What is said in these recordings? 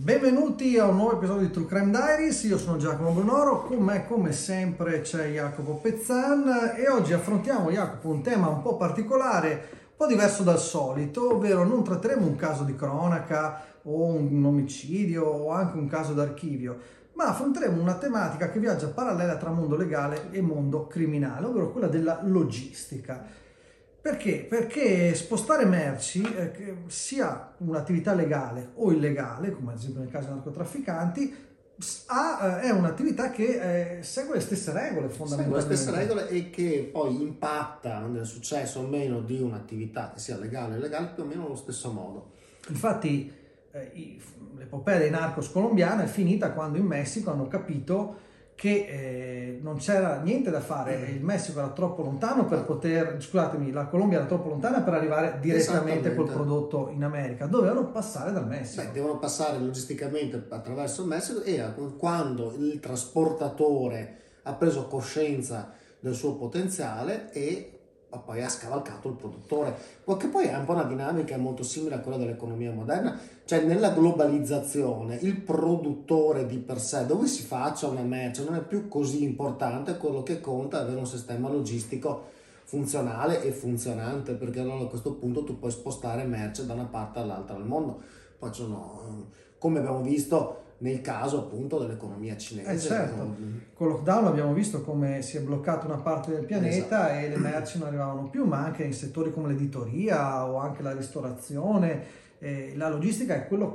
Benvenuti a un nuovo episodio di True Crime Diaries, io sono Giacomo Bonoro, con me come sempre c'è Jacopo Pezzan e oggi affrontiamo, Jacopo, un tema un po' particolare, un po' diverso dal solito, ovvero non tratteremo un caso di cronaca o un omicidio o anche un caso d'archivio, ma affronteremo una tematica che viaggia parallela tra mondo legale e mondo criminale, ovvero quella della logistica. Perché? Perché spostare merci, sia un'attività legale o illegale, come ad esempio nel caso dei narcotrafficanti, è un'attività che segue le stesse regole fondamentalmente. Segue le stesse regole e che poi impatta nel successo o meno di un'attività, che sia legale o illegale, più o meno allo stesso modo. Infatti l'epopea dei narcos colombiana è finita quando in Messico hanno capito che non c'era niente da fare, il Messico era troppo lontano per poter, scusatemi, la Colombia era troppo lontana per arrivare direttamente col prodotto in America, dovevano passare dal Messico. Devono passare logisticamente attraverso il Messico e quando il trasportatore ha preso coscienza del suo potenziale e poi ha scavalcato il produttore, che poi è un po' una dinamica molto simile a quella dell'economia moderna, cioè nella globalizzazione il produttore di per sé, dove si faccia una merce, non è più così importante, quello che conta è avere un sistema logistico funzionale e funzionante, perché allora a questo punto tu puoi spostare merce da una parte all'altra del mondo. Poi sono, come abbiamo visto nel caso appunto dell'economia cinese. Certo, con il lockdown abbiamo visto come si è bloccata una parte del pianeta e le merci non arrivavano più, ma anche in settori come l'editoria o anche la ristorazione, la logistica è quello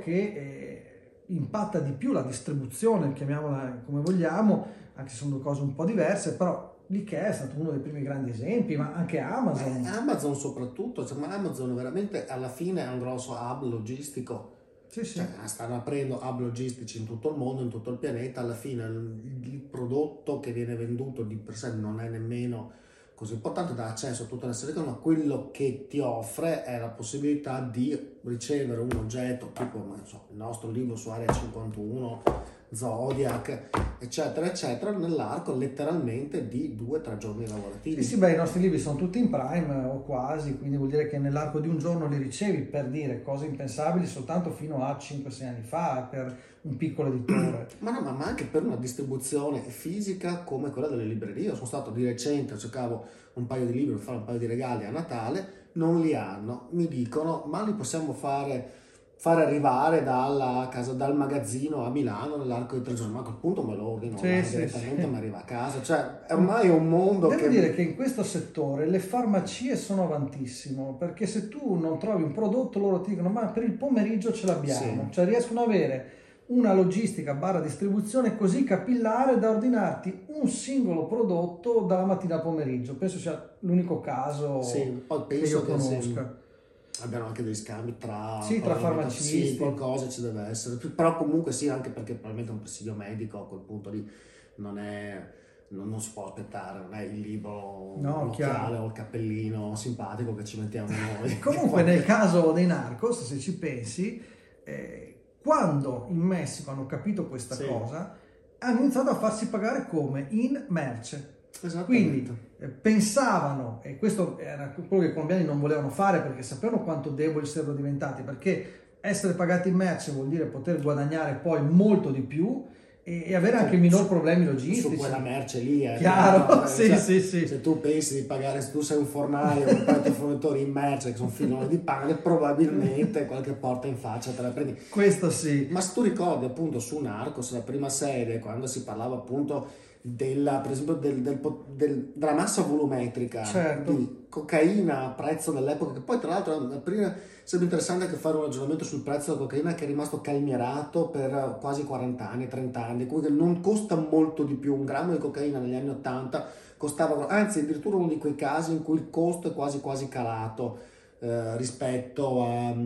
che impatta di più la distribuzione, chiamiamola come vogliamo, anche se sono due cose un po' diverse, però l'IKEA è stato uno dei primi grandi esempi, ma anche Amazon. Amazon soprattutto, ma Amazon veramente alla fine è un grosso hub logistico. Sì, sì. Cioè, stanno aprendo hub logistici in tutto il mondo, in tutto il pianeta. Alla fine il prodotto che viene venduto di per sé non è nemmeno così importante, dà accesso a tutta una serie di cose, ma quello che ti offre è la possibilità di ricevere un oggetto tipo, non so, il nostro libro su Area 51, Zodiac, eccetera eccetera, nell'arco letteralmente di 2-3 giorni lavorativi. Sì, i nostri libri sono tutti in Prime o quasi, quindi vuol dire che nell'arco di un giorno li ricevi, per dire cose impensabili soltanto fino a 5-6 anni fa per un piccolo editore. Ma anche per una distribuzione fisica come quella delle librerie. Io sono stato di recente, cercavo un paio di libri per fare un paio di regali a Natale, non li hanno, mi dicono ma li possiamo fare arrivare dal magazzino a Milano nell'arco di 3 giorni, ma a quel punto me lo ordino direttamente, mi arriva a casa. Cioè è ormai un mondo. Devo dire che in questo settore le farmacie sono avantissimo, perché se tu non trovi un prodotto loro ti dicono ma per il pomeriggio ce l'abbiamo, cioè riescono ad avere una logistica / distribuzione così capillare da ordinarti un singolo prodotto dalla mattina al pomeriggio. Penso sia l'unico caso poi che io conosca. Abbiano anche degli scambi tra farmacisti, sì, qualcosa ci deve essere, però comunque sì, anche perché probabilmente un presidio medico a quel punto lì non si può aspettare, non è il libro, l'occhiale o il cappellino simpatico che ci mettiamo noi. Comunque nel caso dei narcos, se ci pensi, quando in Messico hanno capito questa cosa, hanno iniziato a farsi pagare come? In merce. Quindi pensavano, e questo era quello che i colombiani non volevano fare perché sapevano quanto deboli sarebbero diventati, perché essere pagati in merce vuol dire poter guadagnare poi molto di più e avere anche minor problemi logistici. Su quella merce lì è chiaro, sì. Se tu pensi di pagare, se tu sei un fornaio e poi i tuoi fornitori in merce che sono filoni di pane, probabilmente qualche porta in faccia te la prendi. Questo sì. Ma se tu ricordi appunto su Narcos, la prima serie, quando si parlava appunto per esempio della massa volumetrica di cocaina a prezzo dell'epoca, che poi tra l'altro prima sarebbe interessante anche fare un ragionamento sul prezzo della cocaina, che è rimasto calmierato per quasi 40 anni, 30 anni, quindi non costa molto di più. Un grammo di cocaina negli anni 80 costava, anzi addirittura uno di quei casi in cui il costo è quasi calato rispetto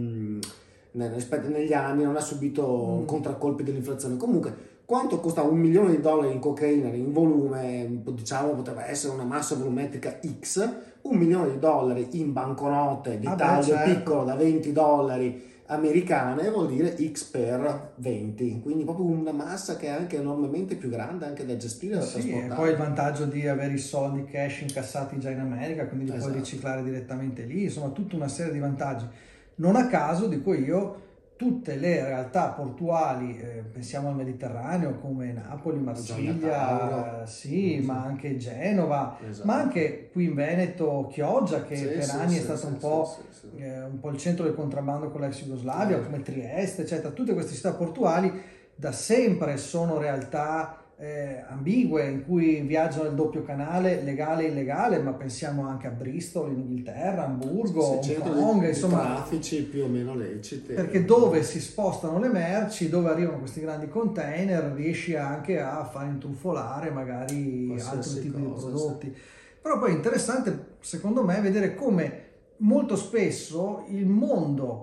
negli anni, non ha subito contraccolpi dell'inflazione. Comunque quanto costa $1 milione in cocaina in volume, diciamo potrebbe essere una massa volumetrica X, $1 milione in banconote di taglio piccolo da $20 americane vuol dire X per 20, quindi proprio una massa che è anche enormemente più grande anche da gestire e da trasportare. E poi il vantaggio di avere i soldi cash incassati già in America, quindi li puoi riciclare direttamente lì, insomma tutta una serie di vantaggi. Non a caso dico io, tutte le realtà portuali, pensiamo al Mediterraneo come Napoli, Marsiglia, sì, ma anche Genova, esatto. ma anche qui in Veneto Chioggia, che Sì, per sì, anni sì, è stato sì, un po' il centro del contrabbando con l'ex Jugoslavia, come Trieste, eccetera. Tutte queste città portuali da sempre sono realtà ambigue in cui viaggiano il doppio canale legale e illegale, ma pensiamo anche a Bristol in Inghilterra, Amburgo, Hong Kong, insomma, traffici più o meno leciti. perché dove si spostano le merci, dove arrivano questi grandi container, riesci anche a far intrufolare magari altri tipi di prodotti. Sì. Però poi è interessante, secondo me, vedere come molto spesso il mondo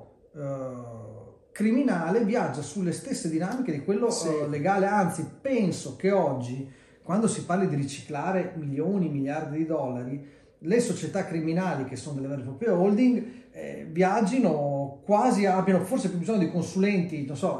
criminale viaggia sulle stesse dinamiche di quello legale, anzi penso che oggi, quando si parli di riciclare milioni, miliardi di dollari, le società criminali che sono delle vere e proprie holding viaggino quasi, abbiano forse più bisogno di consulenti, non so,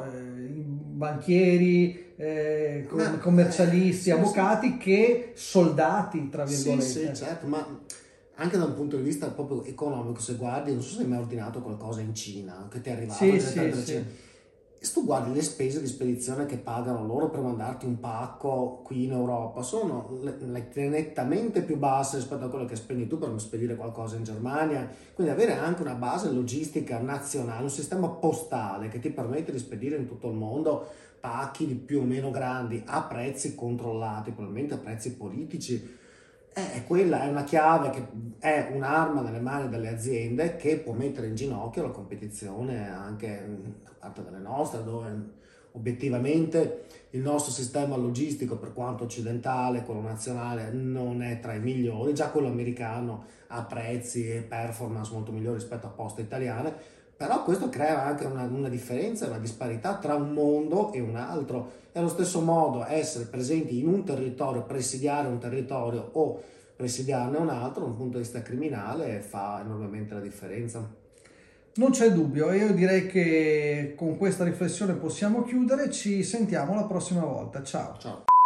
banchieri, commercialisti, avvocati che soldati, tra virgolette. Sì, certo, ma anche da un punto di vista proprio economico, se guardi, non so se hai mai ordinato qualcosa in Cina, che ti arrivava direttamente da Cina. Se tu guardi le spese di spedizione che pagano loro per mandarti un pacco qui in Europa, sono nettamente più basse rispetto a quello che spendi tu per spedire qualcosa in Germania. Quindi avere anche una base logistica nazionale, un sistema postale che ti permette di spedire in tutto il mondo pacchi di più o meno grandi a prezzi controllati, probabilmente a prezzi politici, quella è una chiave, che è un'arma nelle mani delle aziende che può mettere in ginocchio la competizione anche da parte delle nostre, dove obiettivamente il nostro sistema logistico, per quanto occidentale, quello nazionale, non è tra i migliori. Già quello americano ha prezzi e performance molto migliori rispetto a poste italiane, però questo crea anche una differenza, una disparità tra un mondo e un altro. E allo stesso modo essere presenti in un territorio, presidiare un territorio o presidiarne un altro, da un punto di vista criminale, fa enormemente la differenza. Non c'è dubbio, io direi che con questa riflessione possiamo chiudere, ci sentiamo la prossima volta, ciao. Ciao.